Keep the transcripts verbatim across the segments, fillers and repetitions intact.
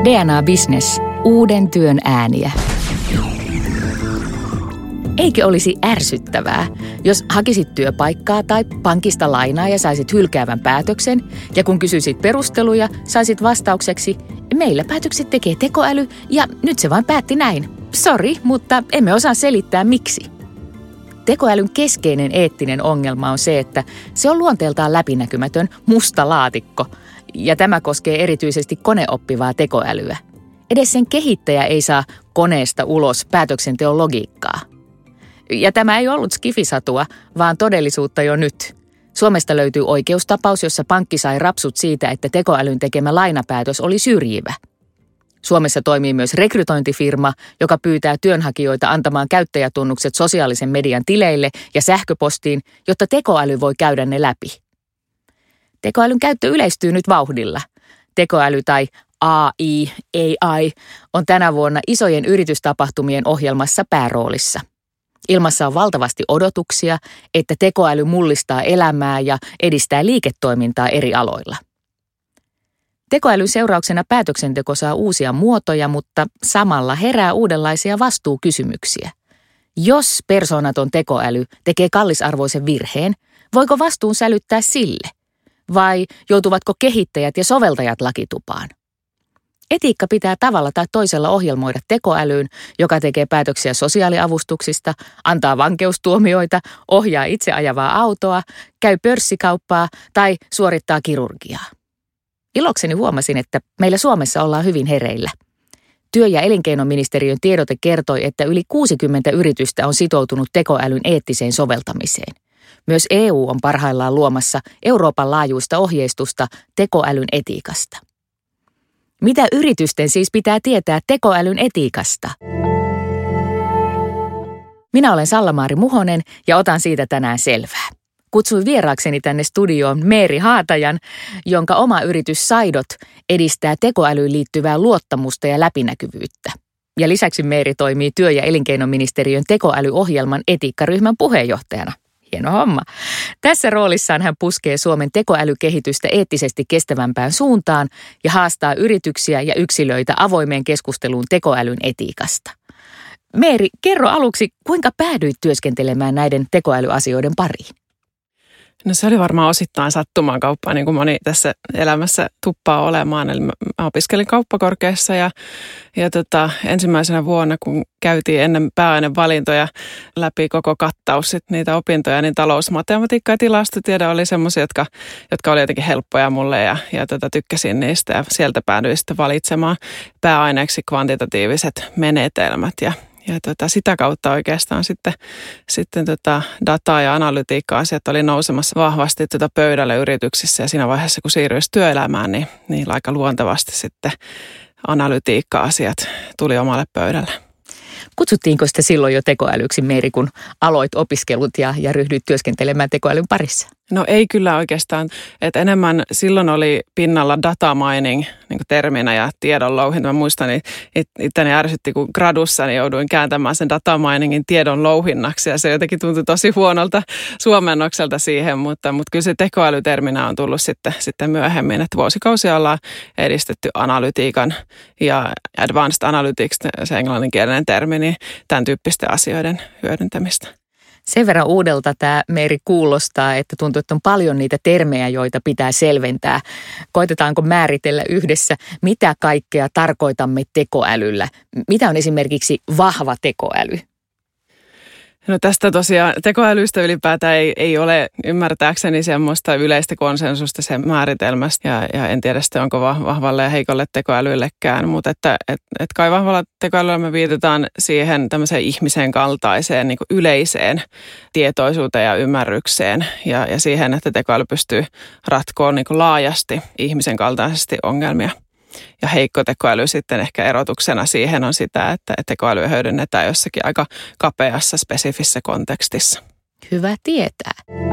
D N A Business. Uuden työn ääniä. Eikö olisi ärsyttävää, jos hakisit työpaikkaa tai pankista lainaa ja saisit hylkäävän päätöksen, ja kun kysyisit perusteluja, saisit vastaukseksi, meillä päätökset tekee tekoäly ja nyt se vain päätti näin. Sori, mutta emme osaa selittää miksi. Tekoälyn keskeinen eettinen ongelma on se, että se on luonteeltaan läpinäkymätön musta laatikko, ja tämä koskee erityisesti koneoppivaa tekoälyä. Edes sen kehittäjä ei saa koneesta ulos päätöksenteon logiikkaa. Ja tämä ei ollut skifisatua, vaan todellisuutta jo nyt. Suomesta löytyy oikeustapaus, jossa pankki sai rapsut siitä, että tekoälyn tekemä lainapäätös oli syrjivä. Suomessa toimii myös rekrytointifirma, joka pyytää työnhakijoita antamaan käyttäjätunnukset sosiaalisen median tileille ja sähköpostiin, jotta tekoäly voi käydä ne läpi. Tekoälyn käyttö yleistyy nyt vauhdilla. Tekoäly tai A I, A I, on tänä vuonna isojen yritystapahtumien ohjelmassa pääroolissa. Ilmassa on valtavasti odotuksia, että tekoäly mullistaa elämää ja edistää liiketoimintaa eri aloilla. Tekoälyn seurauksena päätöksenteko saa uusia muotoja, mutta samalla herää uudenlaisia vastuukysymyksiä. Jos persoonaton tekoäly tekee kallisarvoisen virheen, voiko vastuun sälyttää sille? Vai joutuvatko kehittäjät ja soveltajat lakitupaan? Etiikka pitää tavalla tai toisella ohjelmoida tekoälyyn, joka tekee päätöksiä sosiaaliavustuksista, antaa vankeustuomioita, ohjaa itse ajavaa autoa, käy pörssikauppaa tai suorittaa kirurgiaa. Ilokseni huomasin, että meillä Suomessa ollaan hyvin hereillä. Työ- ja elinkeinoministeriön tiedote kertoi, että yli kuusikymmentä yritystä on sitoutunut tekoälyn eettiseen soveltamiseen. Myös E U on parhaillaan luomassa Euroopan laajuista ohjeistusta tekoälyn etiikasta. Mitä yritysten siis pitää tietää tekoälyn etiikasta? Minä olen Salla-Maari Muhonen ja otan siitä tänään selvää. Kutsuin vieraakseni tänne studioon Meeri Haatajan, jonka oma yritys Saidot edistää tekoälyyn liittyvää luottamusta ja läpinäkyvyyttä. Ja lisäksi Meeri toimii työ- ja elinkeinoministeriön tekoälyohjelman etiikkaryhmän puheenjohtajana. Hieno homma. Tässä roolissaan hän puskee Suomen tekoälykehitystä eettisesti kestävämpään suuntaan ja haastaa yrityksiä ja yksilöitä avoimeen keskusteluun tekoälyn etiikasta. Meeri, kerro aluksi, kuinka päädyit työskentelemään näiden tekoälyasioiden pariin? No se oli varmaan osittain sattuman kauppaa, niin kuin moni tässä elämässä tuppaa olemaan. Eli mä opiskelin kauppakorkeassa ja, ja tota, ensimmäisenä vuonna, kun käytiin ennen pääainevalintoja läpi koko kattaus sit niitä opintoja, niin talousmatematiikka ja tilastotiede oli semmoisia, jotka, jotka oli jotenkin helppoja mulle ja, ja tota, tykkäsin niistä. Ja sieltä päädyin sitten valitsemaan pääaineeksi kvantitatiiviset menetelmät ja Ja tota, sitä kautta oikeastaan sitten, sitten tota data- ja analytiikka-asiat oli nousemassa vahvasti tota pöydälle yrityksissä. Ja siinä vaiheessa, kun siirryin työelämään, niin, niin aika luontevasti sitten analytiikka-asiat tuli omalle pöydälle. Kutsuttiinko sitä silloin jo tekoälyksi, Meeri, kun aloit opiskelut ja, ja ryhdyit työskentelemään tekoälyn parissa? No ei kyllä oikeastaan. Että enemmän silloin oli pinnalla data mining niin kuin terminä ja tiedon louhinta. Mä muistan, että itteni ärsytti, kun gradussa niin jouduin kääntämään sen data miningin tiedon louhinnaksi. Ja se jotenkin tuntui tosi huonolta suomennokselta siihen, mutta, mutta kyllä se tekoälyterminä on tullut sitten, sitten myöhemmin. Että vuosikausia ollaan edistetty analytiikan ja advanced analytics, se englanninkielinen termi, niin tämän tyyppisten asioiden hyödyntämistä. Sen verran uudelta tämä, Meeri, kuulostaa, että tuntuu, että on paljon niitä termejä, joita pitää selventää. Koitetaanko määritellä yhdessä, mitä kaikkea tarkoitamme tekoälyllä? Mitä on esimerkiksi vahva tekoäly? No tästä tosiaan tekoälystä ylipäätään ei, ei ole ymmärtääkseni semmoista yleistä konsensusta sen määritelmästä ja, ja en tiedä sitten onko vahvalle ja heikolle tekoälyllekään, mutta että et, et kai vahvalla tekoälyllä me viitataan siihen tämmöiseen ihmisen kaltaiseen niin kuin yleiseen tietoisuuteen ja ymmärrykseen ja, ja siihen, että tekoäly pystyy ratkoon niin kuin laajasti ihmisen kaltaisesti ongelmia. Ja heikko tekoäly sitten ehkä erotuksena siihen on sitä, että tekoälyä hyödynnetään jossakin aika kapeassa, spesifissä kontekstissa. Hyvä tietää.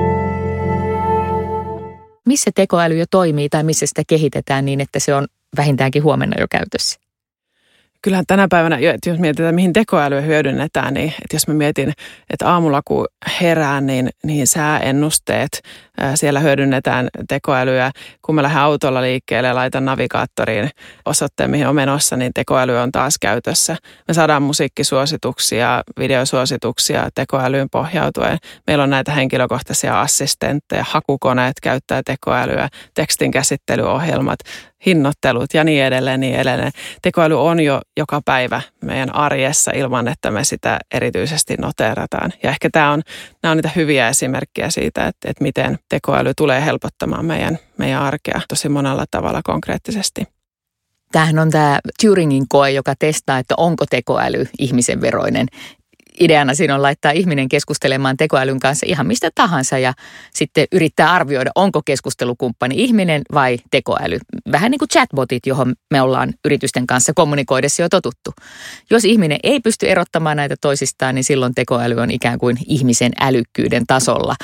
Missä tekoäly jo toimii tai missä sitä kehitetään niin, että se on vähintäänkin huomenna jo käytössä? kyllähän tänä päivänä, että jos mietitään, mihin tekoälyä hyödynnetään, niin että jos mä mietin, että aamulla kun herään, niin, niin sääennusteet, siellä hyödynnetään tekoälyä. Kun mä lähden autolla liikkeelle ja laitan navigaattoriin osoitteen, mihin on menossa, niin tekoäly on taas käytössä. Me saadaan musiikkisuosituksia, videosuosituksia tekoälyyn pohjautuen. Meillä on näitä henkilökohtaisia assistentteja, hakukoneet käyttää tekoälyä, tekstinkäsittelyohjelmat, hinnoittelut ja niin edelleen, niin edelleen. Tekoäly on jo joka päivä meidän arjessa ilman, että me sitä erityisesti noteerataan. Ja ehkä tämä on, nämä on niitä hyviä esimerkkejä siitä, että, että miten tekoäly tulee helpottamaan meidän, meidän arkea tosi monella tavalla konkreettisesti. Tämähän on tämä Turingin koe, joka testaa, että onko tekoäly ihmisen veroinen. Ideana siinä on laittaa ihminen keskustelemaan tekoälyn kanssa ihan mistä tahansa ja sitten yrittää arvioida, onko keskustelukumppani ihminen vai tekoäly. Vähän niin kuin chatbotit, johon me ollaan yritysten kanssa kommunikoidessa jo totuttu. Jos ihminen ei pysty erottamaan näitä toisistaan, niin silloin tekoäly on ikään kuin ihmisen älykkyyden tasolla.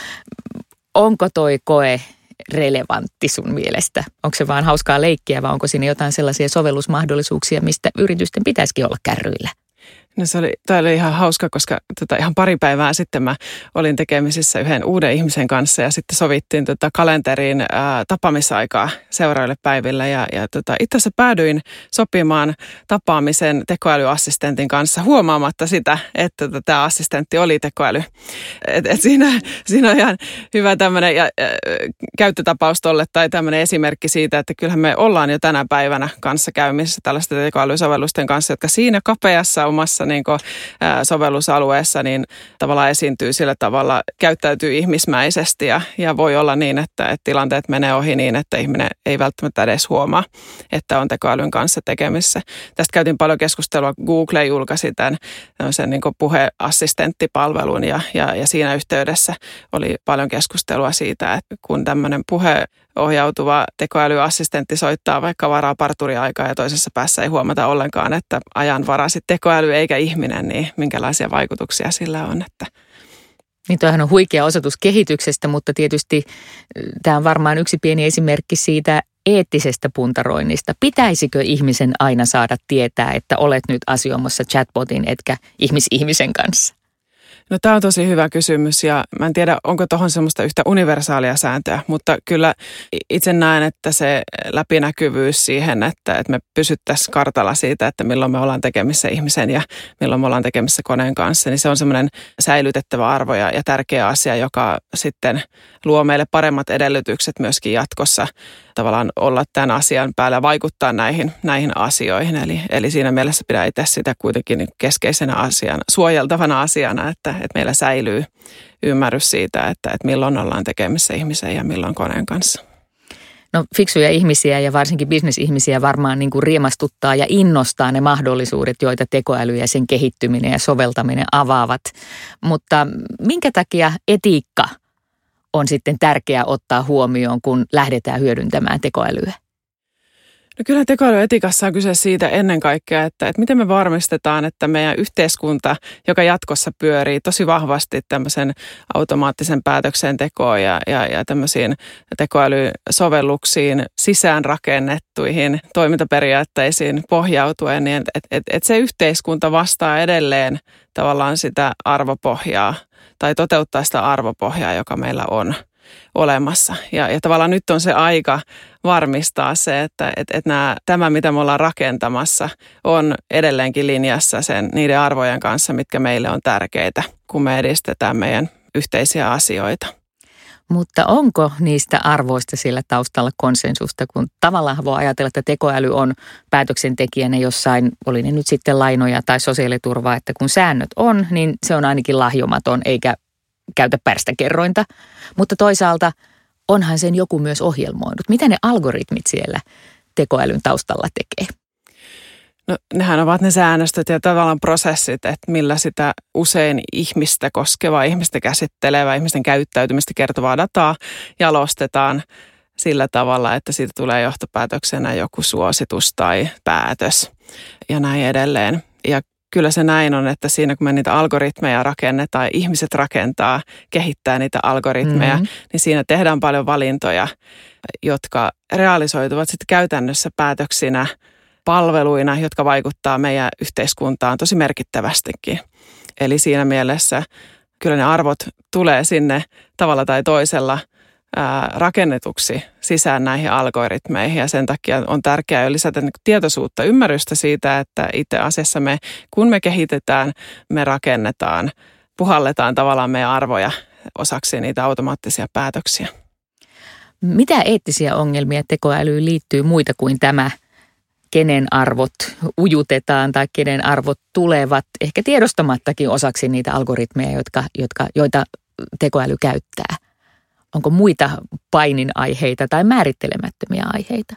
Onko toi koe relevantti sun mielestä? Onko se vaan hauskaa leikkiä vai onko siinä jotain sellaisia sovellusmahdollisuuksia, mistä yritysten pitäisikin olla kärryillä? No se oli, toi oli ihan hauska, koska tota, ihan pari päivää sitten mä olin tekemisissä yhden uuden ihmisen kanssa ja sitten sovittiin tota, kalenteriin ää, tapaamisaikaa seuraaville päiville. Ja, ja tota, itse asiassa päädyin sopimaan tapaamisen tekoälyassistentin kanssa huomaamatta sitä, että tota, tämä assistentti oli tekoäly. Et, et siinä, siinä on ihan hyvä tämmöinen ja, ä, käyttötapaus tolle tai tämmöinen esimerkki siitä, että kyllähän me ollaan jo tänä päivänä kanssa käymisessä tällaisten tekoälysovellusten kanssa, jotka siinä kapeassa omassa niin kuin, ä, sovellusalueessa niin tavallaan esiintyy sillä tavalla, käyttäytyy ihmismäisesti ja, ja voi olla niin, että, että tilanteet menee ohi niin, että ihminen ei välttämättä edes huomaa, että on tekoälyn kanssa tekemissä. Tästä käytiin paljon keskustelua. Google julkaisi tämän niin kuin puheassistenttipalvelun ja, ja, ja siinä yhteydessä oli paljon keskustelua siitä, että kun tämmöinen puhe ohjautuva tekoälyassistentti soittaa vaikka varaa parturiaikaa ja toisessa päässä ei huomata ollenkaan, että ajan varasi tekoäly eikä ihminen, niin minkälaisia vaikutuksia sillä on. Että niin toihan on huikea osoitus kehityksestä, mutta tietysti tämä on varmaan yksi pieni esimerkki siitä eettisestä puntaroinnista. Pitäisikö ihmisen aina saada tietää, että olet nyt asioimassa chatbotin etkä ihmis-ihmisen kanssa? No tämä on tosi hyvä kysymys ja mä en tiedä, onko tuohon semmoista yhtä universaalia sääntöä, mutta kyllä itse näen, että se läpinäkyvyys siihen, että, että me pysyttäisiin kartalla siitä, että milloin me ollaan tekemissä ihmisen ja milloin me ollaan tekemissä koneen kanssa, niin se on semmoinen säilytettävä arvo ja, ja tärkeä asia, joka sitten luo meille paremmat edellytykset myöskin jatkossa tavallaan olla tämän asian päällä ja vaikuttaa näihin, näihin asioihin. Eli, eli siinä mielessä pidän itse sitä kuitenkin keskeisenä asiana, suojeltavana asiana, että, että meillä säilyy ymmärrys siitä, että, että milloin ollaan tekemissä ihmisen ja milloin koneen kanssa. No fiksuja ihmisiä ja varsinkin bisnesihmisiä varmaan niin kuin riemastuttaa ja innostaa ne mahdollisuudet, joita tekoäly ja sen kehittyminen ja soveltaminen avaavat. Mutta minkä takia etiikka on sitten tärkeää ottaa huomioon, kun lähdetään hyödyntämään tekoälyä? No kyllä tekoälyetiikassa on kyse siitä ennen kaikkea, että, että miten me varmistetaan, että meidän yhteiskunta, joka jatkossa pyörii tosi vahvasti tämmöisen automaattisen päätöksentekoon ja, ja, ja tämmöisiin tekoälysovelluksiin sisäänrakennettuihin toimintaperiaatteisiin pohjautuen, niin että et, et se yhteiskunta vastaa edelleen tavallaan sitä arvopohjaa tai toteuttaa sitä arvopohjaa, joka meillä on olemassa. Ja, ja tavallaan nyt on se aika varmistaa se, että et, et nämä, tämä, mitä me ollaan rakentamassa, on edelleenkin linjassa sen, niiden arvojen kanssa, mitkä meille on tärkeitä, kun me edistetään meidän yhteisiä asioita. Mutta onko niistä arvoista sillä taustalla konsensusta, kun tavallaan voi ajatella, että tekoäly on päätöksentekijänä jossain, oli ne nyt sitten lainoja tai sosiaaliturvaa, että kun säännöt on, niin se on ainakin lahjomaton eikä käytä pärstäkerrointa, mutta toisaalta onhan sen joku myös ohjelmoinut. Mitä ne algoritmit siellä tekoälyn taustalla tekee? No nehän ovat ne säännöstöt ja tavallaan prosessit, että millä sitä usein ihmistä koskevaa, ihmistä käsittelevää, ihmisten käyttäytymistä kertovaa dataa jalostetaan sillä tavalla, että siitä tulee johtopäätöksenä joku suositus tai päätös ja näin edelleen. Ja kyllä se näin on, että siinä kun me niitä algoritmeja rakennetaan, ihmiset rakentaa, kehittää niitä algoritmeja, mm-hmm. niin siinä tehdään paljon valintoja, jotka realisoituvat sitten käytännössä päätöksinä palveluina, jotka vaikuttaa meidän yhteiskuntaan tosi merkittävästikin. Eli siinä mielessä kyllä ne arvot tulee sinne tavalla tai toisella ää, rakennetuksi sisään näihin algoritmeihin. Ja sen takia on tärkeää jo lisätä niin kuin tietoisuutta, ymmärrystä siitä, että itse asiassa me, kun me kehitetään, me rakennetaan, puhalletaan tavallaan meidän arvoja osaksi niitä automaattisia päätöksiä. Mitä eettisiä ongelmia tekoälyyn liittyy muita kuin tämä, kenen arvot ujutetaan tai kenen arvot tulevat ehkä tiedostamattakin osaksi niitä algoritmeja, jotka, jotka, joita tekoäly käyttää? Onko muita paininaiheita tai määrittelemättömiä aiheita?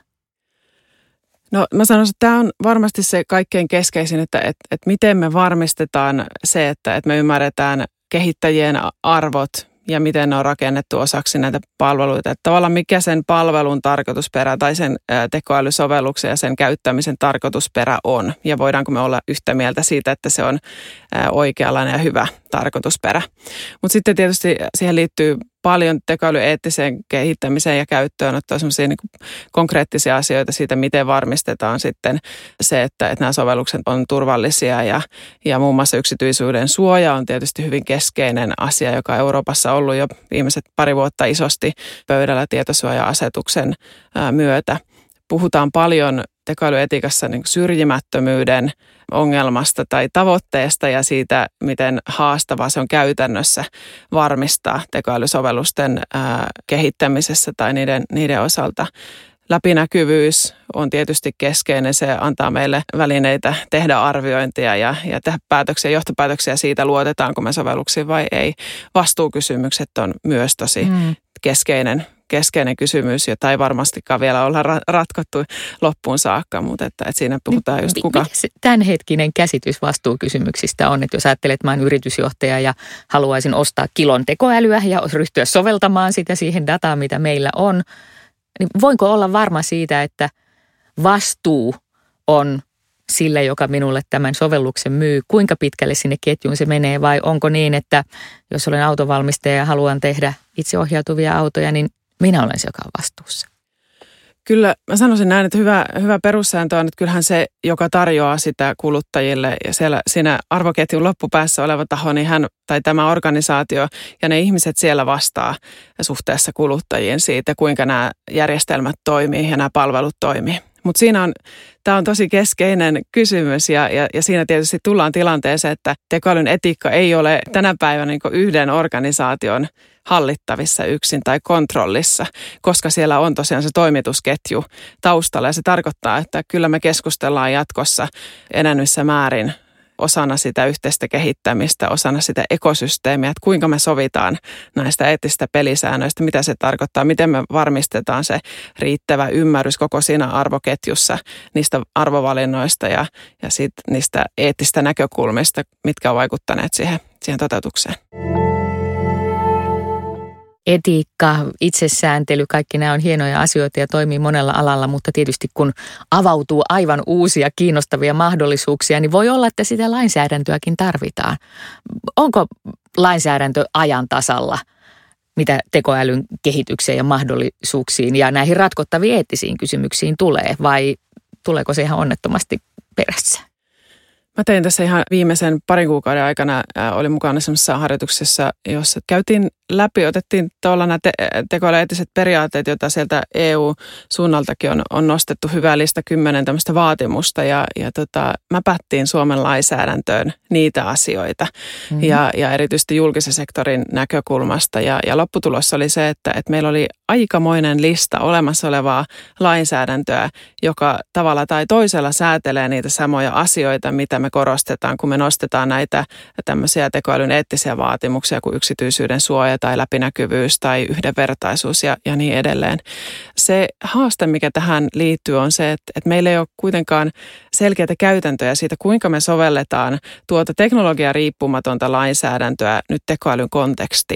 No mä sanoisin, että tämä on varmasti se kaikkein keskeisin, että, että, että miten me varmistetaan se, että, että me ymmärretään kehittäjien arvot ja miten ne on rakennettu osaksi näitä palveluita. Että tavallaan mikä sen palvelun tarkoitusperä tai sen tekoälysovelluksen ja sen käyttämisen tarkoitusperä on. Ja voidaanko me olla yhtä mieltä siitä, että se on oikeanlainen ja hyvä tarkoitusperä. Mutta sitten tietysti siihen liittyy paljon tekoälyeettiseen kehittämiseen ja käyttöön ottaa sellaisia niin kuin konkreettisia asioita siitä, miten varmistetaan sitten se, että, että nämä sovellukset on turvallisia ja, ja muun muassa yksityisyyden suoja on tietysti hyvin keskeinen asia, joka Euroopassa on ollut jo viimeiset pari vuotta isosti pöydällä tietosuoja-asetuksen myötä. Puhutaan paljon tekoälyetiikassa niin kuin syrjimättömyyden ongelmasta tai tavoitteesta ja siitä, miten haastavaa se on käytännössä varmistaa tekoälysovellusten ää, kehittämisessä tai niiden, niiden osalta. Läpinäkyvyys on tietysti keskeinen. Se antaa meille välineitä tehdä arviointia ja, ja tehdä päätöksiä, johtopäätöksiä siitä, luotetaanko me sovelluksiin vai ei. Vastuukysymykset on myös tosi mm. keskeinen keskeinen kysymys, jota ei varmastikaan vielä olla ratkottu loppuun saakka, mutta että, että siinä puhutaan just kuka. Mikä se tämänhetkinen käsitys vastuukysymyksistä on, että jos ajattelet, että mä olen yritysjohtaja ja haluaisin ostaa kilon tekoälyä ja ryhtyä soveltamaan sitä siihen dataan, mitä meillä on, niin voinko olla varma siitä, että vastuu on sillä, joka minulle tämän sovelluksen myy, kuinka pitkälle sinne ketjuun se menee, vai onko niin, että jos olen autovalmistaja ja haluan tehdä itseohjautuvia autoja, niin minä olen se, joka on vastuussa. Kyllä mä sanoisin näin, että hyvä, hyvä perussääntö on, että kyllähän se, joka tarjoaa sitä kuluttajille ja siellä, siinä arvoketjun loppupäässä oleva taho, niin hän tai tämä organisaatio ja ne ihmiset siellä vastaa suhteessa kuluttajiin siitä, kuinka nämä järjestelmät toimii ja nämä palvelut toimii. Mutta siinä on, tämä on tosi keskeinen kysymys ja, ja, ja siinä tietysti tullaan tilanteeseen, että tekoälyn etiikka ei ole tänä päivänä niin kuin yhden organisaation hallittavissa yksin tai kontrollissa, koska siellä on tosiaan se toimitusketju taustalla ja se tarkoittaa, että kyllä me keskustellaan jatkossa enenevissä määrin osana sitä yhteistä kehittämistä, osana sitä ekosysteemiä, että kuinka me sovitaan näistä eettisistä pelisäännöistä, mitä se tarkoittaa, miten me varmistetaan se riittävä ymmärrys koko siinä arvoketjussa niistä arvovalinnoista ja, ja sit niistä eettistä näkökulmista, mitkä on vaikuttaneet siihen, siihen toteutukseen. Etiikka, itsesääntely, kaikki nämä on hienoja asioita ja toimii monella alalla, mutta tietysti kun avautuu aivan uusia kiinnostavia mahdollisuuksia, niin voi olla, että sitä lainsäädäntöäkin tarvitaan. Onko lainsäädäntö ajan tasalla, mitä tekoälyn kehitykseen ja mahdollisuuksiin ja näihin ratkottaviin eettisiin kysymyksiin tulee, vai tuleeko se ihan onnettomasti perässä? Mä tein tässä ihan viimeisen parin kuukauden aikana, äh, olin mukana sellaisessa harjoituksessa, jossa käytiin läpi, otettiin tuolla nämä te- tekoälyeettiset periaatteet, joita sieltä E U-suunnaltakin on, on nostettu hyvää lista kymmenen tämmöistä vaatimusta ja, ja tota, mä pättiin Suomen lainsäädäntöön niitä asioita mm-hmm. ja, ja erityisesti julkisen sektorin näkökulmasta ja, ja lopputulos oli se, että, että meillä oli aikamoinen lista olemassa olevaa lainsäädäntöä, joka tavalla tai toisella säätelee niitä samoja asioita, mitä me korostetaan, kun me nostetaan näitä tämmöisiä tekoälyn eettisiä vaatimuksia kuin yksityisyyden suoja tai läpinäkyvyys tai yhdenvertaisuus ja, ja niin edelleen. Se haaste, mikä tähän liittyy, on se, että, että meillä ei ole kuitenkaan selkeitä käytäntöjä siitä, kuinka me sovelletaan tuota teknologiariippumatonta lainsäädäntöä nyt tekoälyn kontekstiin.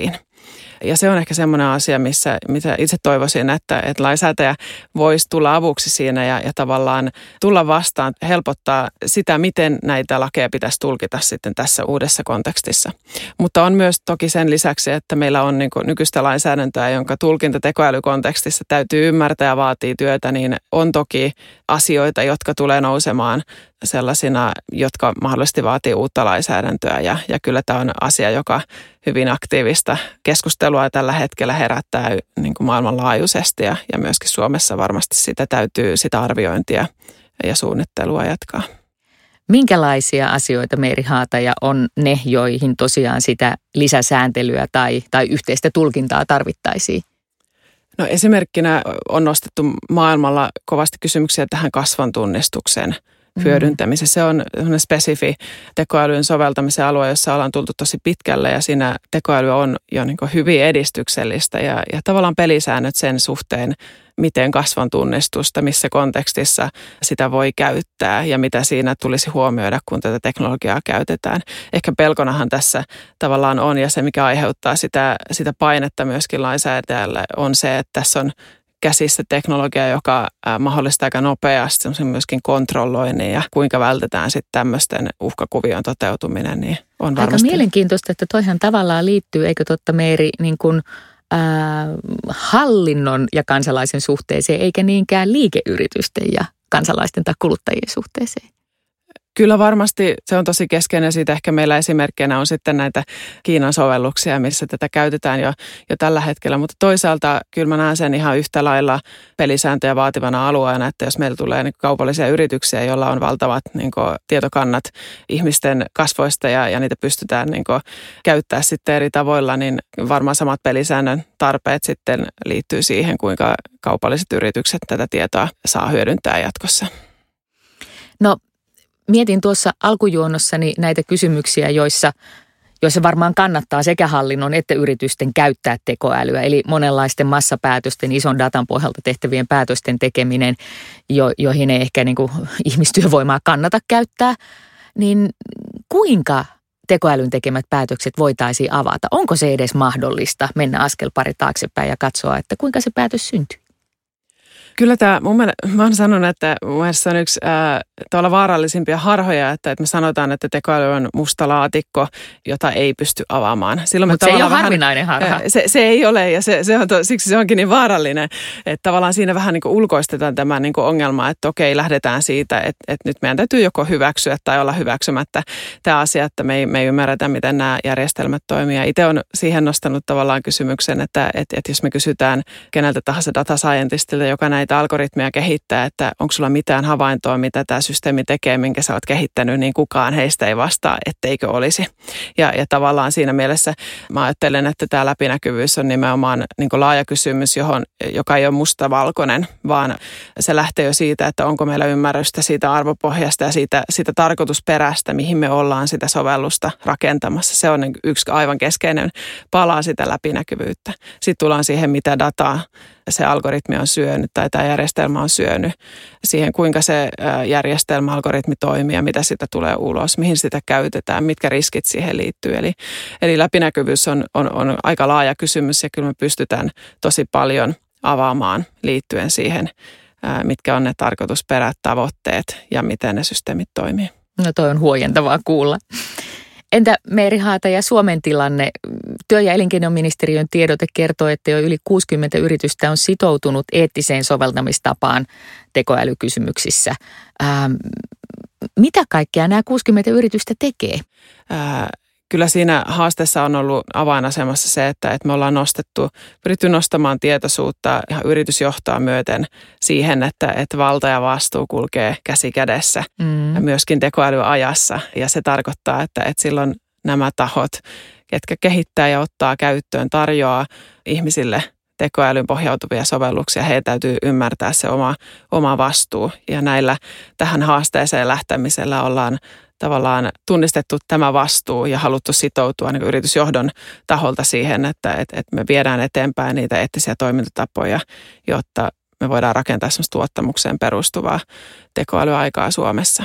Ja se on ehkä semmoinen asia, missä, mitä itse toivoisin, että, että lainsäätäjä voisi tulla avuksi siinä ja, ja tavallaan tulla vastaan, helpottaa sitä, miten näitä lakeja pitäisi tulkita sitten tässä uudessa kontekstissa. Mutta on myös toki sen lisäksi, että meillä on niin kuin nykyistä lainsäädäntöä, jonka tulkinta tekoälykontekstissa täytyy ymmärtää ja vaatii työtä, niin on toki asioita, jotka tulee nousemaan sellaisina, jotka mahdollisesti vaatii uutta lainsäädäntöä. Ja, ja kyllä tämä on asia, joka hyvin aktiivista keskustelua tällä hetkellä herättää niin kuin maailmanlaajuisesti ja, ja myöskin Suomessa varmasti sitä täytyy sitä arviointia ja suunnittelua jatkaa. Minkälaisia asioita, Meeri Haataja, on ne, joihin tosiaan sitä lisäsääntelyä tai, tai yhteistä tulkintaa tarvittaisiin? No esimerkkinä on nostettu maailmalla kovasti kysymyksiä tähän kasvon tunnistukseen hyödyntämiseen. Se on spesifi tekoälyn soveltamisen alue, jossa ollaan tultu tosi pitkälle ja siinä tekoäly on jo niin kuin hyvin edistyksellistä ja, ja tavallaan pelisäännöt sen suhteen, miten kasvon tunnistusta, missä kontekstissa sitä voi käyttää ja mitä siinä tulisi huomioida, kun tätä teknologiaa käytetään. Ehkä pelkonahan tässä tavallaan on ja se, mikä aiheuttaa sitä, sitä painetta myöskin lainsäätäjälle, on se, että tässä on käsissä teknologia, joka mahdollistaa aika nopeasti myöskin kontrolloinnin ja kuinka vältetään sitten tämmöisten uhkakuvion toteutuminen, niin on varmasti. Aika mielenkiintoista, että toihan tavallaan liittyy, eikö totta Meeri, niin kuin äh, hallinnon ja kansalaisen suhteeseen, eikä niinkään liikeyritysten ja kansalaisten tai kuluttajien suhteeseen. Kyllä varmasti se on tosi keskeinen. Siitä ehkä meillä esimerkkinä on sitten näitä Kiinan sovelluksia, missä tätä käytetään jo, jo tällä hetkellä. Mutta toisaalta kyllä mä näen sen ihan yhtä lailla pelisääntöjä vaativana alueena, että jos meillä tulee niin kaupallisia yrityksiä, joilla on valtavat niin kuin tietokannat ihmisten kasvoista ja, ja niitä pystytään niin kuin käyttää sitten eri tavoilla, niin varmaan samat pelisäännön tarpeet sitten liittyy siihen, kuinka kaupalliset yritykset tätä tietoa saa hyödyntää jatkossa. No, mietin tuossa alkujuonnossani näitä kysymyksiä, joissa, joissa varmaan kannattaa sekä hallinnon että yritysten käyttää tekoälyä. Eli monenlaisten massapäätösten, ison datan pohjalta tehtävien päätösten tekeminen, jo, joihin ei ehkä niin kuin ihmistyövoimaa kannata käyttää. Niin kuinka tekoälyn tekemät päätökset voitaisiin avata? Onko se edes mahdollista mennä askel pari taaksepäin ja katsoa, että kuinka se päätös syntyy? Kyllä tämä, mun mielestä, mä oon sanonut, että mun mielestä se on yksi ää, tavalla vaarallisimpia harhoja, että, että me sanotaan, että tekoäly on musta laatikko, jota ei pysty avaamaan. Mutta se ei ole vähän, harvinainen harha. Se, se ei ole ja se, se on to, siksi se onkin niin vaarallinen, että tavallaan siinä vähän niin kuin ulkoistetaan tämä niin kuin ongelma, että okei, lähdetään siitä, että, että nyt meidän täytyy joko hyväksyä tai olla hyväksymättä tämä asia, että me ei, me ei ymmärretä, miten nämä järjestelmät toimii. Itse on siihen nostanut tavallaan kysymyksen, että, että, että jos me kysytään keneltä tahansa data scientistilta, joka näitä algoritmeja kehittää, että onko sulla mitään havaintoa, mitä tämä systeemi tekee, minkä sä oot kehittänyt, niin kukaan heistä ei vastaa, etteikö olisi. Ja, ja tavallaan siinä mielessä mä ajattelen, että tämä läpinäkyvyys on nimenomaan niin kuin laaja kysymys, johon, joka ei ole mustavalkoinen, vaan se lähtee jo siitä, että onko meillä ymmärrystä siitä arvopohjasta ja siitä, siitä tarkoitusperästä, mihin me ollaan sitä sovellusta rakentamassa. Se on yksi aivan keskeinen pala sitä läpinäkyvyyttä. Sitten tullaan siihen, mitä dataa se algoritmi on syönyt tai tämä järjestelmä on syönyt, siihen kuinka se järjestelmä, algoritmi toimii ja mitä sitä tulee ulos, mihin sitä käytetään, mitkä riskit siihen liittyy. Eli, eli läpinäkyvyys on, on, on aika laaja kysymys ja kyllä me pystytään tosi paljon avaamaan liittyen siihen, mitkä on ne tarkoitusperät, tavoitteet ja miten ne systeemit toimii. No toi on huojentavaa kuulla. Entä Meeri Haataja, Suomen tilanne? Työ- ja elinkeinoministeriön tiedote kertoo, että jo yli kuusikymmentä yritystä on sitoutunut eettiseen soveltamistapaan tekoälykysymyksissä. Ähm, mitä kaikkea nämä kuusikymmentä yritystä tekee? Ää, kyllä siinä haasteessa on ollut avainasemassa se, että, että me ollaan nostettu, pyritty nostamaan tietoisuutta ja yritysjohtoa myöten siihen, että, että valta ja vastuu kulkee käsi kädessä mm. ja myöskin tekoälyajassa. Ja se tarkoittaa, että, että silloin nämä tahot, ketkä kehittää ja ottaa käyttöön, tarjoaa ihmisille tekoälyn pohjautuvia sovelluksia, heidän täytyy ymmärtää se oma, oma vastuu. Ja näillä tähän haasteeseen lähtemisellä ollaan tavallaan tunnistettu tämä vastuu ja haluttu sitoutua niin yritysjohdon taholta siihen, että, että, että me viedään eteenpäin niitä eettisiä toimintatapoja, jotta me voidaan rakentaa semmoista tuottamukseen perustuvaa tekoälyaikaa Suomessa.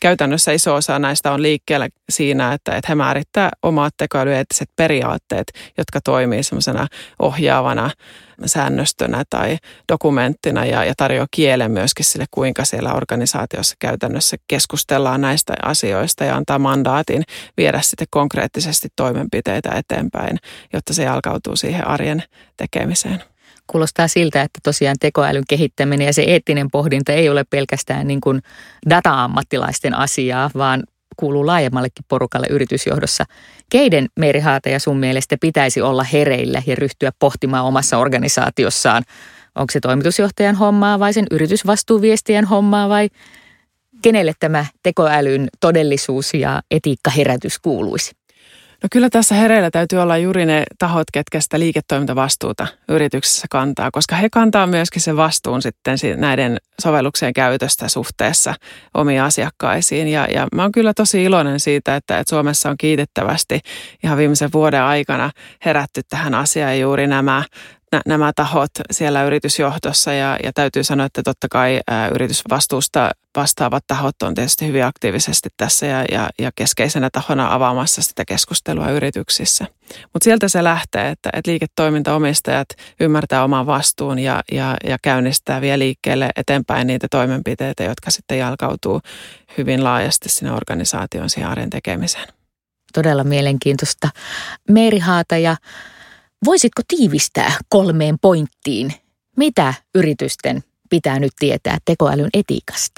käytännössä iso osa näistä on liikkeellä siinä, että, että he määrittää omat tekoälyeettiset periaatteet, jotka toimii semmoisena ohjaavana säännöstönä tai dokumenttina ja, ja tarjoaa kielen myöskin sille, kuinka siellä organisaatiossa käytännössä keskustellaan näistä asioista ja antaa mandaatin viedä sitten konkreettisesti toimenpiteitä eteenpäin, jotta se jalkautuu siihen arjen tekemiseen. Kuulostaa siltä, että tosiaan tekoälyn kehittäminen ja se eettinen pohdinta ei ole pelkästään niin kuin data-ammattilaisten asiaa, vaan kuuluu laajemmallekin porukalle yritysjohdossa. Keiden, Meeri Haataja, sun mielestä pitäisi olla hereillä ja ryhtyä pohtimaan omassa organisaatiossaan? Onko se toimitusjohtajan hommaa vai sen yritysvastuuviestien hommaa vai kenelle tämä tekoälyn todellisuus ja etiikkaherätys kuuluisi? No kyllä tässä hereillä täytyy olla juuri ne tahot, ketkä sitä liiketoimintavastuuta yrityksessä kantaa, koska he kantaa myöskin sen vastuun sitten näiden sovelluksien käytöstä suhteessa omiin asiakkaisiin. Ja, ja mä oon kyllä tosi iloinen siitä, että, että Suomessa on kiitettävästi ihan viimeisen vuoden aikana herätty tähän asiaan juuri nämä nämä tahot siellä yritysjohdossa ja, ja täytyy sanoa, että totta kai ä, yritysvastuusta vastaavat tahot on tietysti hyvin aktiivisesti tässä ja, ja, ja keskeisenä tahona avaamassa sitä keskustelua yrityksissä. Mutta sieltä se lähtee, että, että liiketoimintaomistajat ymmärtää oman vastuun ja, ja, ja käynnistää vielä liikkeelle eteenpäin niitä toimenpiteitä, jotka sitten jalkautuu hyvin laajasti sinne organisaation siihen arjen tekemiseen. Todella mielenkiintoista. Meeri Haataja, voisitko tiivistää kolmeen pointtiin, mitä yritysten pitää nyt tietää tekoälyn etiikasta?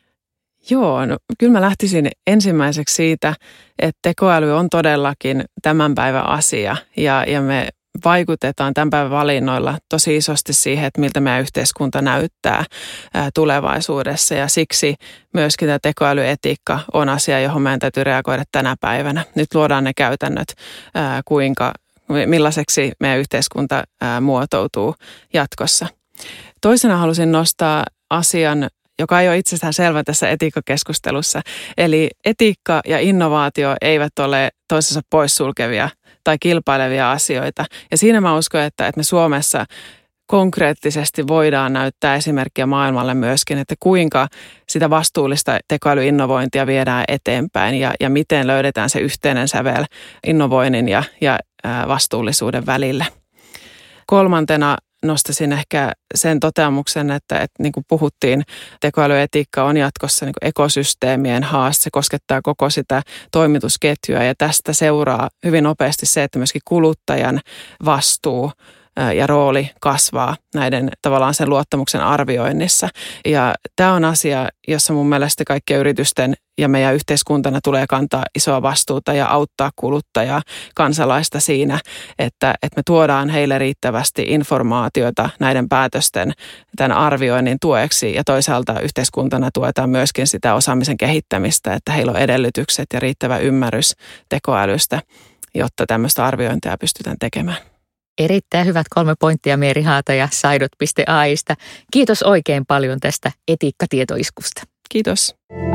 Joo, no kyllä mä lähtisin ensimmäiseksi siitä, että tekoäly on todellakin tämän päivän asia ja, ja me vaikutetaan tämän päivän valinnoilla tosi isosti siihen, että miltä meidän yhteiskunta näyttää ää, tulevaisuudessa ja siksi myöskin tämä tekoälyetiikka on asia, johon meidän täytyy reagoida tänä päivänä. Nyt luodaan ne käytännöt, ää, kuinka millaiseksi meidän yhteiskunta ää, muotoutuu jatkossa. Toisena halusin nostaa asian, joka ei ole itsestään selvä tässä etiikkakeskustelussa. Eli etiikka ja innovaatio eivät ole toisensa poissulkevia tai kilpailevia asioita. Ja siinä mä uskon, että, että me Suomessa konkreettisesti voidaan näyttää esimerkkiä maailmalle myöskin, että kuinka sitä vastuullista tekoälyinnovointia viedään eteenpäin ja, ja miten löydetään se yhteinen sävel innovoinnin ja, ja vastuullisuuden välillä. Kolmantena nostaisin ehkä sen toteamuksen, että, että niin kuin puhuttiin, tekoälyetiikka on jatkossa niin kuin ekosysteemien haaste. Se koskettaa koko sitä toimitusketjua ja tästä seuraa hyvin nopeasti se, että myöskin kuluttajan vastuu ja rooli kasvaa näiden tavallaan sen luottamuksen arvioinnissa. Ja tämä on asia, jossa mun mielestä kaikkien yritysten ja meidän yhteiskuntana tulee kantaa isoa vastuuta ja auttaa kuluttajaa, kansalaista siinä, että, että me tuodaan heille riittävästi informaatiota näiden päätösten tämän arvioinnin tueksi ja toisaalta yhteiskuntana tuetaan myöskin sitä osaamisen kehittämistä, että heillä on edellytykset ja riittävä ymmärrys tekoälystä, jotta tämmöistä arviointia pystytään tekemään. Erittäin hyvät kolme pointtia Meeri Haataja saidot piste ai:sta. Kiitos oikein paljon tästä etiikkatietoiskusta. Kiitos.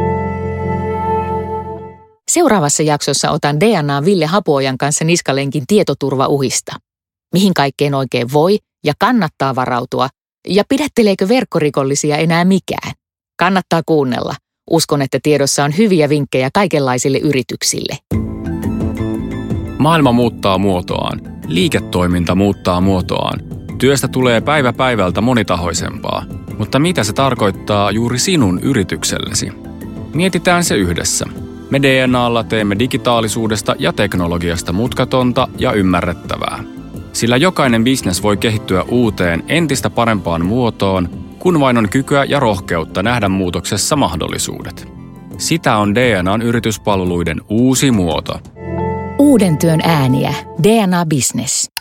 Seuraavassa jaksossa otan D N A Ville Hapuojan kanssa niskalenkin tietoturvauhista. Mihin kaikkeen oikein voi ja kannattaa varautua ja pidätteleekö verkkorikollisia enää mikään? Kannattaa kuunnella. Uskon, että tiedossa on hyviä vinkkejä kaikenlaisille yrityksille. Maailma muuttaa muotoaan. Liiketoiminta muuttaa muotoaan. Työstä tulee päivä päivältä monitahoisempaa. Mutta mitä se tarkoittaa juuri sinun yrityksellesi? Mietitään se yhdessä. Me D N A:lla teemme digitaalisuudesta ja teknologiasta mutkatonta ja ymmärrettävää. Sillä jokainen business voi kehittyä uuteen entistä parempaan muotoon, kun vain on kykyä ja rohkeutta nähdä muutoksessa mahdollisuudet. Sitä on D N A:n yrityspalveluiden uusi muoto. Uuden työn ääniä. D N A Business.